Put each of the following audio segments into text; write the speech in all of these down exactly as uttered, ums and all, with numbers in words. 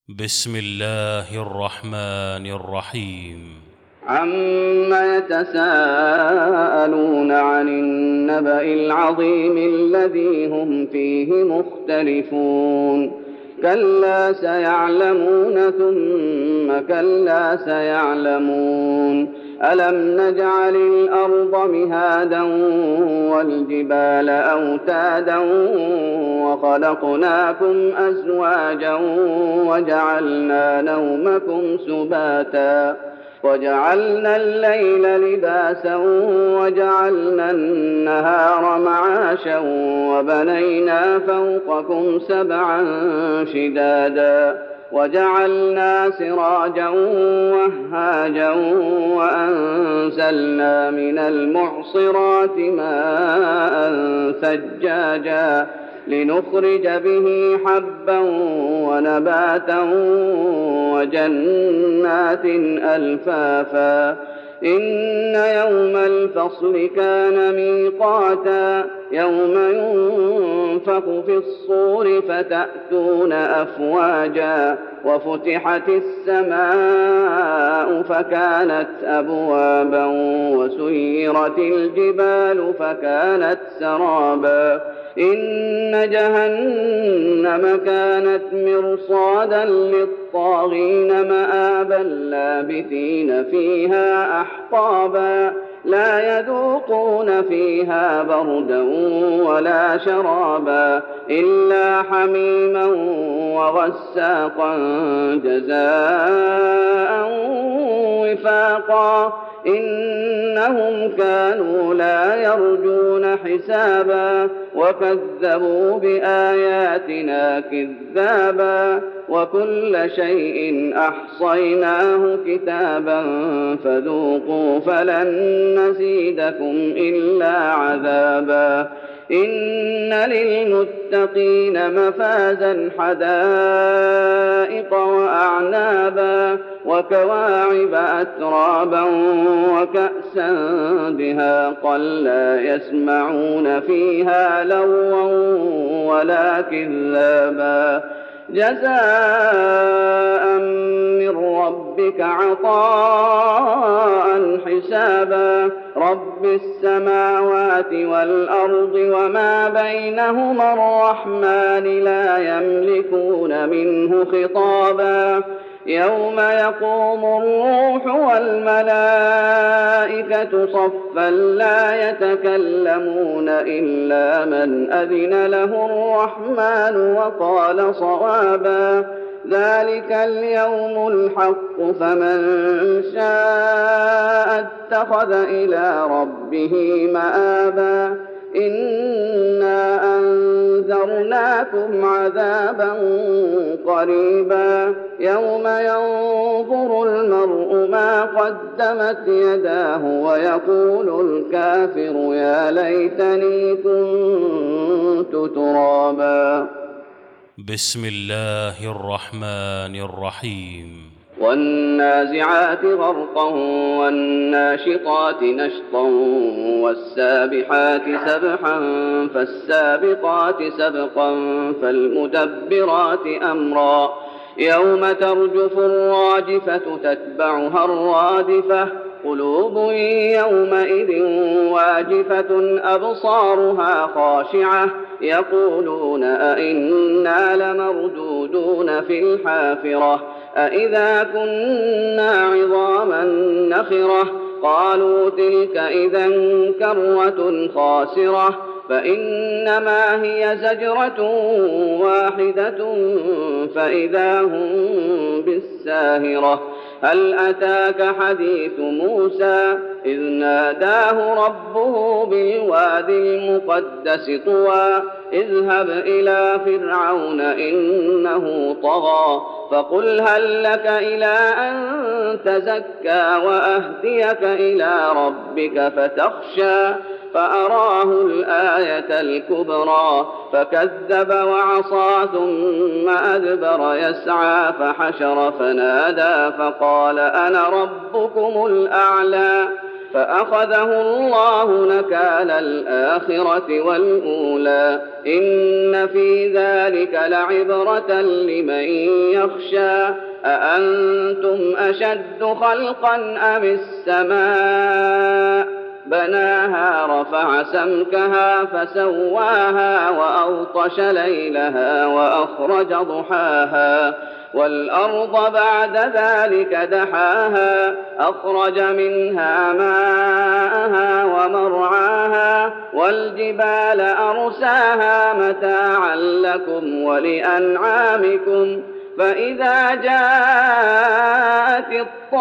بسم الله الرحمن الرحيم. عما يتساءلون عن النبأ العظيم الذي هم فيه مختلفون كلا سيعلمون ثم كلا سيعلمون ألم نجعل الأرض مهادا والجبال أوتادا وخلقناكم أزواجا وجعلنا نومكم سباتا وجعلنا الليل لباسا وجعلنا النهار معاشا وبنينا فوقكم سبعا شدادا وجعلنا سراجا وهاجا وأنزلنا من المعصرات ماء ثجاجا لنخرج به حبا ونباتا وجنات ألفافا إن يوم الفصل كان ميقاتا يوم ينفخ في الصور فتأتون أفواجا وفتحت السماء فكانت أبوابا وسيرت الجبال فكانت سرابا إن جهنم كانت مرصادا للطاغين مآبا لابثين فيها أحقابا لا يذوقون فيها بردا ولا شرابا إلا حميما وغساقا جزاء وفاقا إنهم كانوا لا يرجون حسابا وكذبوا بآياتنا كذابا وكل شيء أحصيناه كتابا فذوقوا فلن نزيدكم إلا عذابا إن للمتقين مفازا حدائق وأعنابا وكواعب أترابا وكأسا دهاقا لا يسمعون فيها لغوا ولا كذابا جزاء من ربك عطاء حسابا رب السماوات والأرض وما بينهما الرحمن لا يملكون منه خطابا يوم يقوم الروح والملائكة صفا لا يتكلمون إلا من أذن له الرحمن وقال صوابا ذلك اليوم الحق فمن شاء اتخذ إلى ربه مآبا إنا أنذرناكم عذابا قريبا يوم ينظر المرء ما قدمت يداه ويقول الكافر يا ليتني كنت ترابا. بسم الله الرحمن الرحيم. والنازعات غرقا والناشطات نشطا والسابحات سبحا فالسابقات سبقا فالمدبرات أمرا يوم ترجف الراجفة تتبعها الرادفة قلوب يومئذ واجفة أبصارها خاشعة يقولون أئنا لمردودون في الحافرة أئذا كنا عظاما نخرة قالوا تلك إذا كرة خاسرة فإنما هي زجرة واحدة فإذا هم بالساهرة هل أتاك حديث موسى إذ ناداه ربه بالوادي المقدس طوى اذهب إلى فرعون إنه طغى فقل هل لك إلى أن تزكى وأهديك إلى ربك فتخشى فأراه الآية الكبرى فكذب وعصى ثم أدبر يسعى فحشر فنادى فقال أنا ربكم الأعلى فأخذه الله نكال الآخرة والأولى إن في ذلك لعبرة لمن يخشى أأنتم أشد خلقا أم السماء بناها رفع سمكها فسواها وأغطش ليلها وأخرج ضحاها والأرض بعد ذلك دحاها أخرج منها ماءها ومرعاها والجبال أرساها متاعا لكم ولأنعامكم فإذا جاءت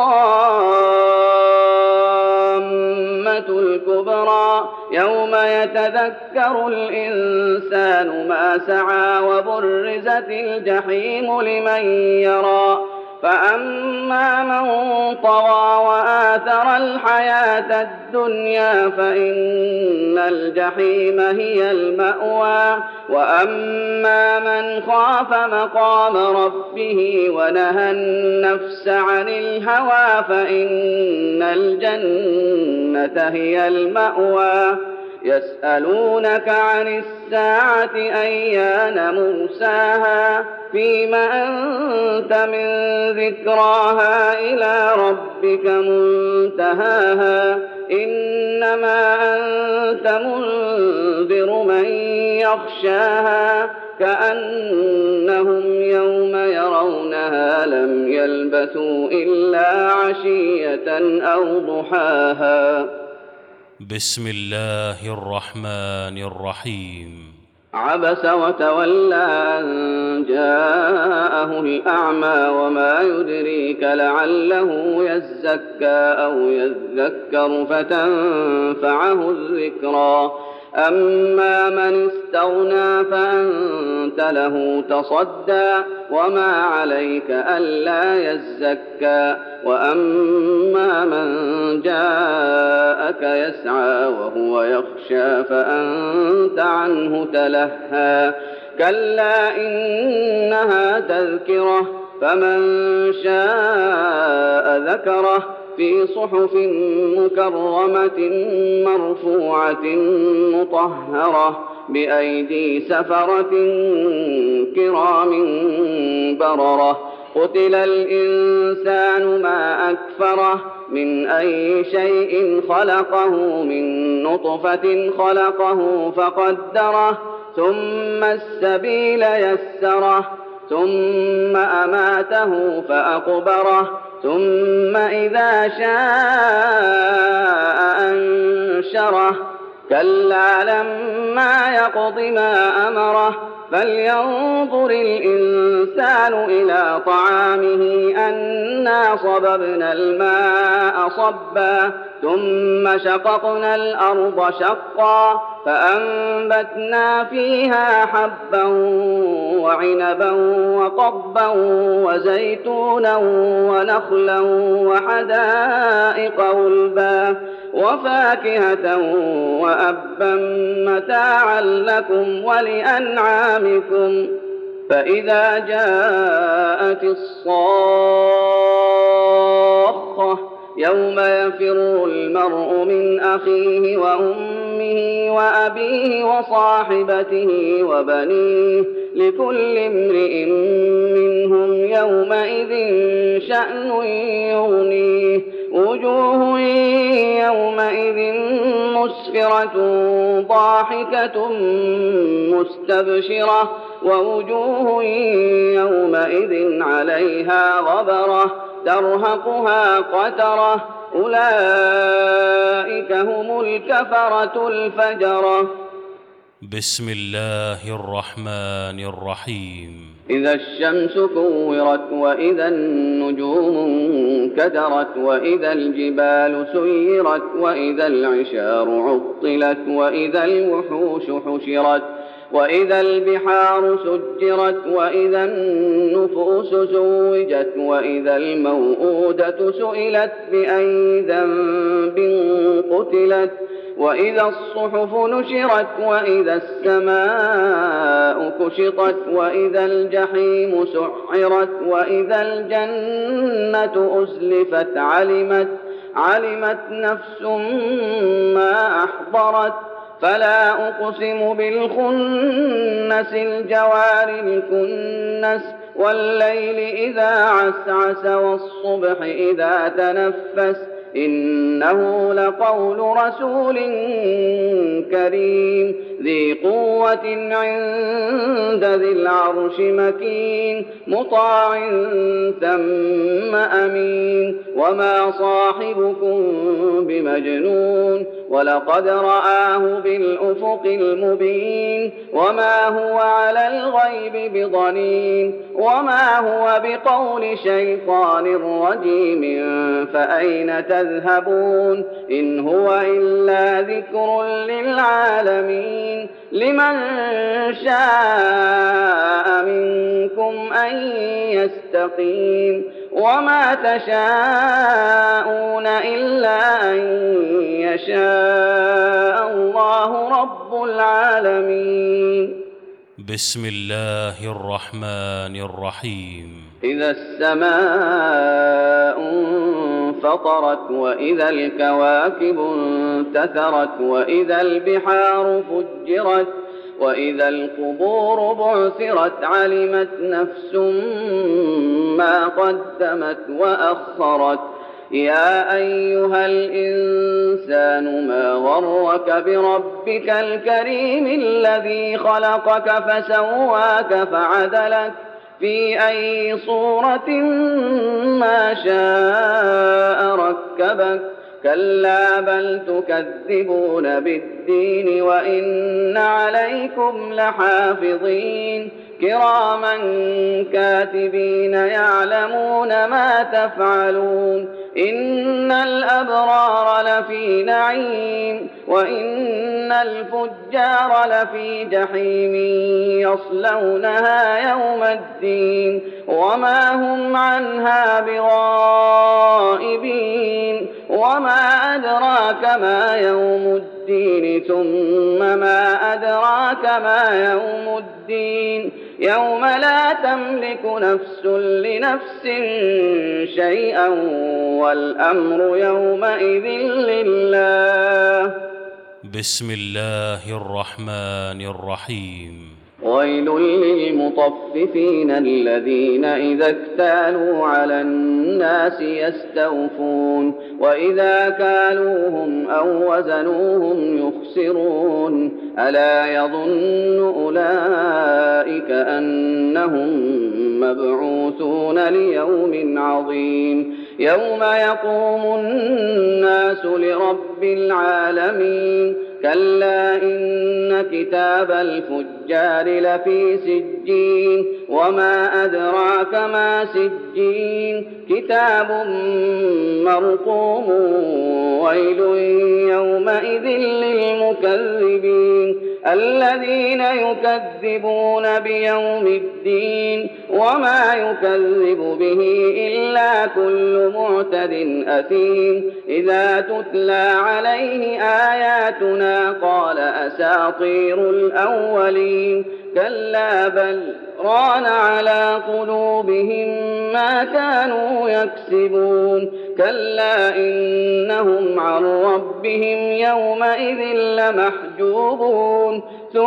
الطامة الكبرى يوم يتذكر الإنسان ما سعى وبرزت الجحيم لمن يرى فأما من طغى وآثر الحياة الدنيا فإن الجحيم هي المأوى وأما من خاف مقام ربه ونهى النفس عن الهوى فإن الجنة هي المأوى يسألونك عن الساعة أيان مرساها فيم أنت من ذكراها إلى ربك منتهاها إنما أنت منذر من يخشاها كأنهم يوم يرونها لم يلبثوا إلا عشية أو ضحاها. بسم الله الرحمن الرحيم. عبس وتولى أن جاءه الأعمى وما يدريك لعله يزكى أو يذكر فتنفعه الذكرى أما من استغنى فأنت له تصدى وما عليك ألا يزكى وأما من جاءك يسعى وهو يخشى فأنت عنه تلهى كلا إنها تذكرة فمن شاء ذكره في صحف مكرمة مرفوعة مطهرة بأيدي سفرة كرام بررة قتل الإنسان ما أكفره من أي شيء خلقه من نطفة خلقه فقدره ثم السبيل يسره ثم أماته فأقبره ثم إذا شاء أنشره كلا لما يقض ما أمره فلينظر الإنسان إلى طعامه أنا صببنا الماء صبا ثم شققنا الأرض شقا فأنبتنا فيها حبا وعنبا وقضبا وزيتونا ونخلا وحدائق غلبا وفاكهة وأبا متاعا لكم ولأنعامكم فإذا جاءت الصاخة يوم يفر المرء من أخيه وأمه وأبيه وصاحبته وبنيه لكل امرئ منهم يومئذ شأن يغنيه وجوه يومئذ مسفرة ضاحكة مستبشرة ووجوه يومئذ عليها غبرة ترهقها قترة أولئك هم الكفرة الفجرة. بسم الله الرحمن الرحيم. إذا الشمس كورت وإذا النجوم انكدرت وإذا الجبال سيرت وإذا العشار عطلت وإذا الوحوش حشرت وإذا البحار سجرت وإذا النفوس زوجت وإذا الموءودة سئلت بأي ذنب قتلت وإذا الصحف نشرت وإذا السماء كشطت وإذا الجحيم سعرت وإذا الجنة أزلفت علمت علمت نفس ما أحضرت فلا أقسم بالخنس الجوار الكنس والليل إذا عسعس والصبح إذا تنفس إنه لقول رسول كريم ذي قوة عند ذي العرش مكين مطاع ثم أمين وما صاحبكم بمجنون ولقد رآه بالأفق المبين وما هو على الغيب بضنين وما هو بقول شيطان رجيم فأين تذهبون إن هو إلا ذكر للعالمين لمن شاء منكم أن يستقيم وما تشاءون إلا أن يشاء الله رب العالمين. بسم الله الرحمن الرحيم. إذا السماء انفطرت وإذا الكواكب انتثرت وإذا البحار فجرت وإذا القبور بعثرت علمت نفس ما قدمت وأخرت يا أيها الإنسان ما غرك بربك الكريم الذي خلقك فسواك فعدلك في أي صورة ما شاء ركبك كلا بل تكذبون بالدين وإن عليكم لحافظين كراما كاتبين يعلمون ما تفعلون إن الأبرار لفي نعيم وإن الفجار لفي جحيم يصلونها يوم الدين وما هم عنها بغائبين وما أدراك ما يوم الدين ثم ما أدراك ما يوم الدين يوم لا تملك نفس لنفس شيئا والأمر يومئذ لله. بسم الله الرحمن الرحيم. ويل للمطففين الذين إذا اكتالوا على الناس يستوفون وإذا كالوهم أو وزنوهم يخسرون ألا يظن أولئك أنهم مبعوثون ليوم عظيم يوم يقوم الناس لرب العالمين كلا إن كتاب الفجار لفي سجين وما أدراك ما سجين كتاب مرقوم ويل يومئذ للمكذبين الذين يكذبون بيوم الدين وما يكذب به إلا كل معتد أثيم إذا تتلى عليه آياتنا قال أساطير الأولين كلا بل ران على قلوبهم ما كانوا يكسبون كلا إنهم عن ربهم يومئذ لمحجوبون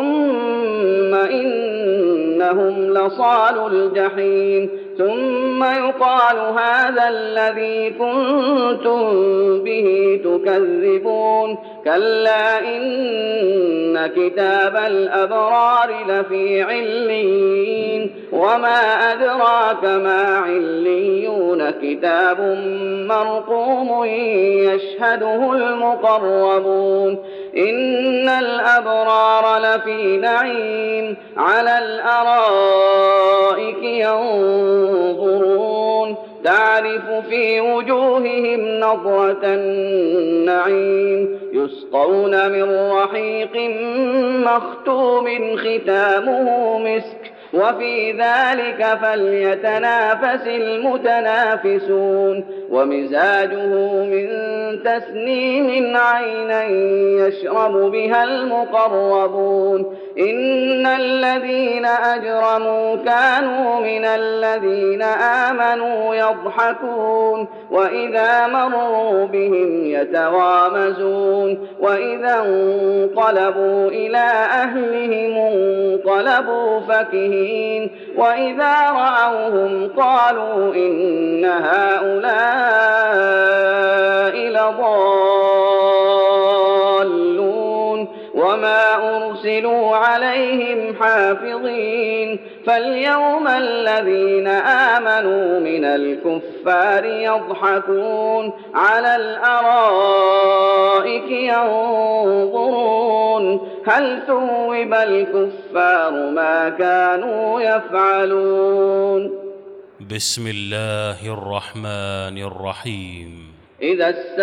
ثم إنهم لصالوا الجحيم ثم يقال هذا الذي كنتم به تكذبون كلا إن كتاب الأبرار لفي عليين وما أدراك ما عليون كتاب مرقوم يشهده المقربون إن الأبرار لفي نعيم على الأرائك ينظرون تعرف في وجوههم نضرة النعيم يسقون من رحيق مختوم ختامه مسك وفي ذلك فليتنافس المتنافسون ومزاجه من تسنيم عينا يشرب بها المقربون إن الذين أجرموا كانوا من الذين آمنوا يضحكون وإذا مروا بهم يتغامزون وإذا انقلبوا إلى أهلهم انقلبوا فكهين وإذا رأوهم قالوا إن هؤلاء لضالون وما أرسلوا عليهم حافظين فاليوم الذين آمنوا من الكفار يضحكون على الأرائك ينظرون هل ثوب الكفار ما كانوا يفعلون. بسم الله الرحمن الرحيم. إذا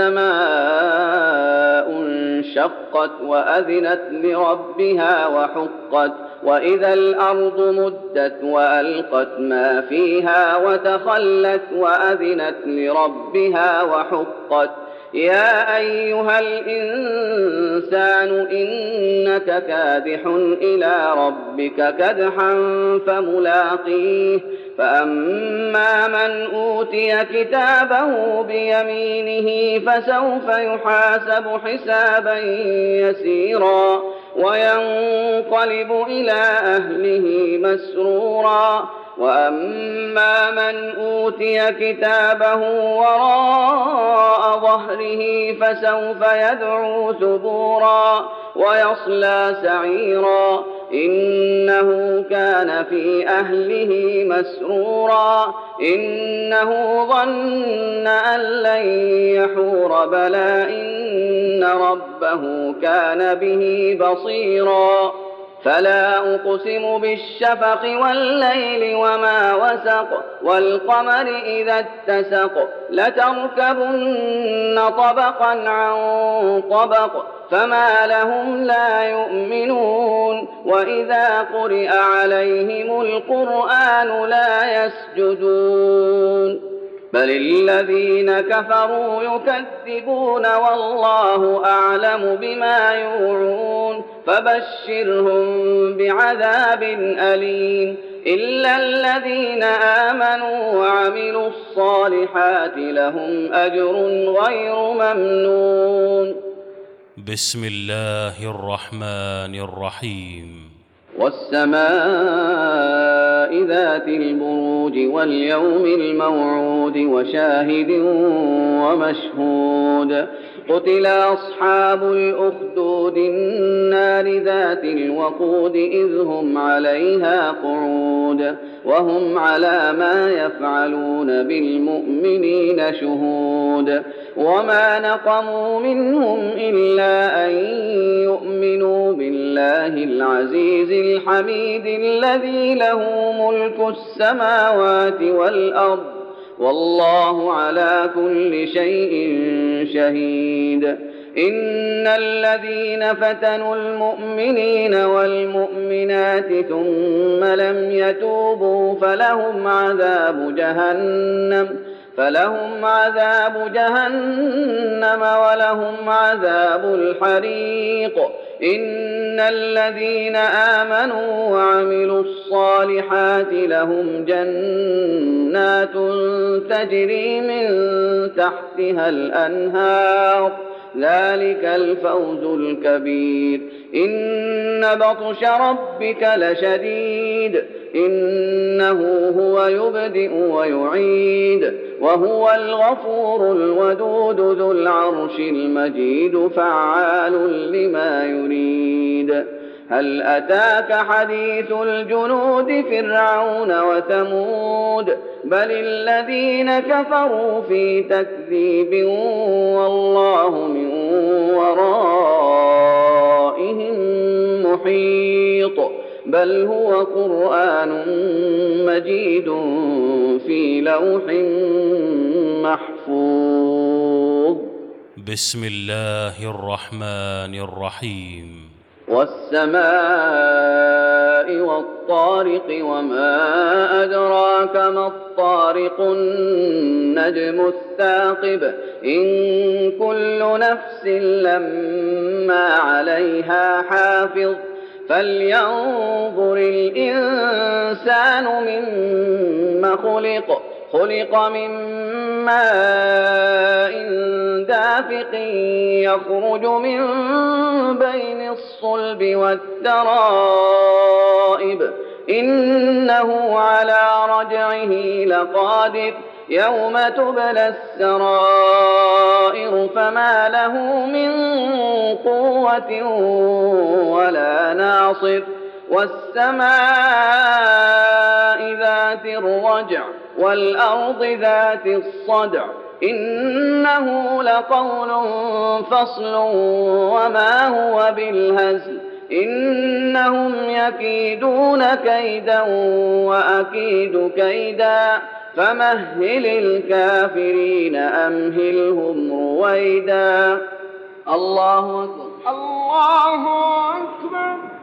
السماء انشقت وأذنت لربها وحقت وإذا الأرض مدت وألقت ما فيها وتخلت وأذنت لربها وحقت يا أيها الإنسان إنك كادح إلى ربك كدحا فملاقيه فأما من أوتي كتابه بيمينه فسوف يحاسب حسابا يسيرا وينقلب إلى أهله مسرورا وأما من أوتي كتابه وراء ظهره فسوف يدعو ثبورا ويصلى سعيرا إنه كان في أهله مسرورا إنه ظن أن لن يحور بلى إن ربه كان به بصيرا فلا أقسم بالشفق والليل وما وسق والقمر إذا اتسق لتركبن طبقا عن طبق فما لهم لا يؤمنون وإذا قرئ عليهم القرآن لا يسجدون بل الذين كفروا يكذبون والله أعلم بما يوعون فبشرهم بعذاب أليم إلا الذين آمنوا وعملوا الصالحات لهم أجر غير ممنون. بسم الله الرحمن الرحيم. والسماء ذات البروج واليوم الموعود وشاهد ومشهود قتل أصحاب الأخدود النار ذات الوقود إذ هم عليها قعود وهم على ما يفعلون بالمؤمنين شهود وما نقموا منهم إلا أن يؤمنوا بالله العزيز الحميد الذي له ملك السماوات والأرض والله على كل شيء شهيد. إن الذين فتنوا المؤمنين والمؤمنات ثم لم يتوبوا فلهم عذاب جهنم فلهم عذاب جهنم ولهم عذاب الحريق. إن الذين آمنوا وعملوا الصالحات لهم جنات تجري من تحتها الأنهار ذلك الفوز الكبير. إن بطش ربك لشديد إنه هو يبدئ ويعيد وهو الغفور الودود ذو العرش المجيد فعال لما يريد. هل أتاك حديث الجنود فرعون وثمود بل الذين كفروا في تكذيب والله من ورائهم محيط بل هو قرآن مجيد في لوح محفوظ. بسم الله الرحمن الرحيم. والسماء والطارق وما أدراك ما الطارق النجم الثاقب إن كل نفس لما عليها حافظ فلينظر الإنسان مما خلق خلق من ماء دافق يخرج من بين الصلب والترائب إنه على رجعه لقادر يوم تبلى السرائر فما له من قوة ولا ناصر والسماء ذات الرجع والأرض ذات الصدع إنه لقول فصل وما هو بالهزل إنهم يكيدون كيدا وأكيد كيدا فمهل الكافرين أمهلهم رويدا. الله أكبر. الله أكبر.